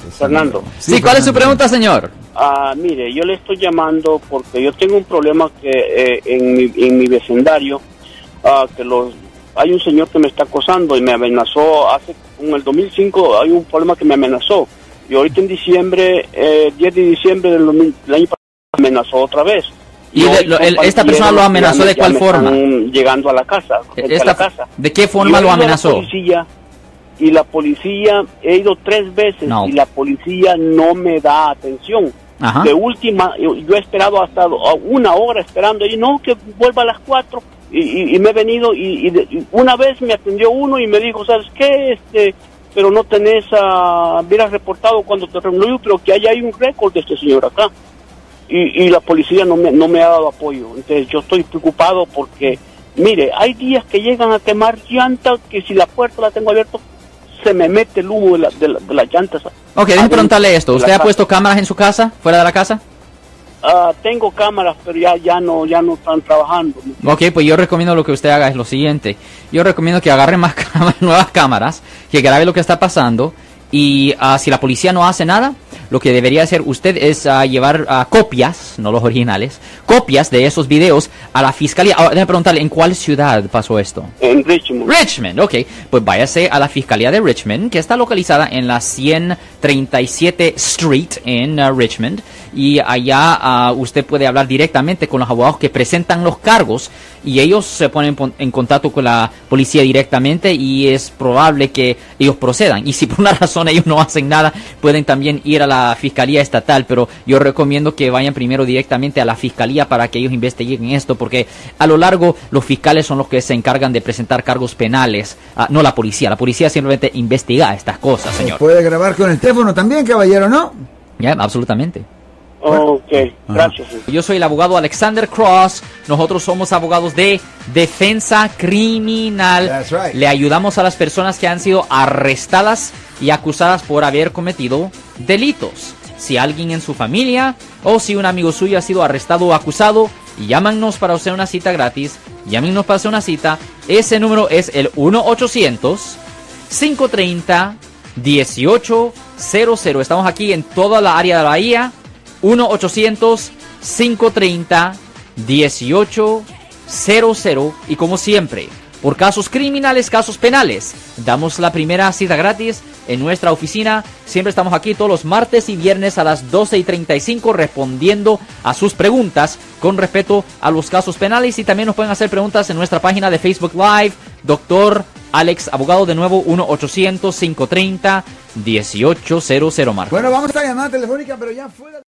Fernando. Sí, ¿cuál es su pregunta, señor? Mire, yo le estoy llamando porque yo tengo un problema que en mi vecindario, hay un señor que me está acosando y me amenazó en el 2005, hay un problema que me amenazó. Y ahorita en diciembre, 10 de diciembre del año pasado, me amenazó otra vez. ¿Y esta persona lo amenazó de cuál forma? Llegando a la casa, a la casa. ¿De qué forma lo amenazó? Y la policía, he ido 3 veces y la policía no me da atención. Ajá. De última, yo he esperado hasta 1 hora esperando, y no, que vuelva a las 4, y me he venido, y una vez me atendió uno y me dijo, ¿sabes qué? Pero no tenés, hubieras reportado cuando te reunió, pero que hay un récord de este señor acá. Y la policía no me ha dado apoyo. Entonces yo estoy preocupado porque, mire, hay días que llegan a quemar llantas, que si la puerta la tengo abierta, se me mete el humo de las llantas. Ok, déjeme preguntarle esto. ¿Usted ha puesto cámaras en su casa, fuera de la casa? Tengo cámaras, pero ya no están trabajando. Ok, pues yo recomiendo lo que usted haga es lo siguiente. Yo recomiendo que agarre más nuevas cámaras, que grabe lo que está pasando, y si la policía no hace nada, lo que debería hacer usted es llevar copias, no los originales, copias de esos videos a la fiscalía. Ahora, déjame preguntarle, ¿en cuál ciudad pasó esto? En Richmond. Richmond, ok. Pues váyase a la fiscalía de Richmond, que está localizada en la 137 Street en Richmond. Y allá usted puede hablar directamente con los abogados que presentan los cargos, y ellos se ponen en contacto con la policía directamente, y es probable que ellos procedan. Y si por una razón ellos no hacen nada, pueden también ir a la fiscalía estatal, pero yo recomiendo que vayan primero directamente a la fiscalía para que ellos investiguen esto, porque a lo largo los fiscales son los que se encargan de presentar cargos penales, no la policía. La policía simplemente investiga estas cosas, señor. Puede grabar con el teléfono también, caballero, ¿no? Ya, absolutamente. Ok, gracias. Yo soy el abogado Alexander Cross. Nosotros somos abogados de defensa criminal. That's right. Le ayudamos a las personas que han sido arrestadas y acusadas por haber cometido delitos. Si alguien en su familia o si un amigo suyo ha sido arrestado o acusado, llámanos para hacer una cita gratis. Llámenos para hacer una cita. Ese número es el 1-800-530-1800. Estamos aquí en toda la área de la Bahía. 1-800-530-1800. Y como siempre, por casos criminales, casos penales, damos la primera cita gratis en nuestra oficina. Siempre estamos aquí todos los martes y viernes a las 12:35 respondiendo a sus preguntas con respecto a los casos penales. Y también nos pueden hacer preguntas en nuestra página de Facebook Live. Doctor Alex, abogado, de nuevo, 1-800-530-1800, Marcos. Bueno, vamos a llamar telefónica, pero ya fuera.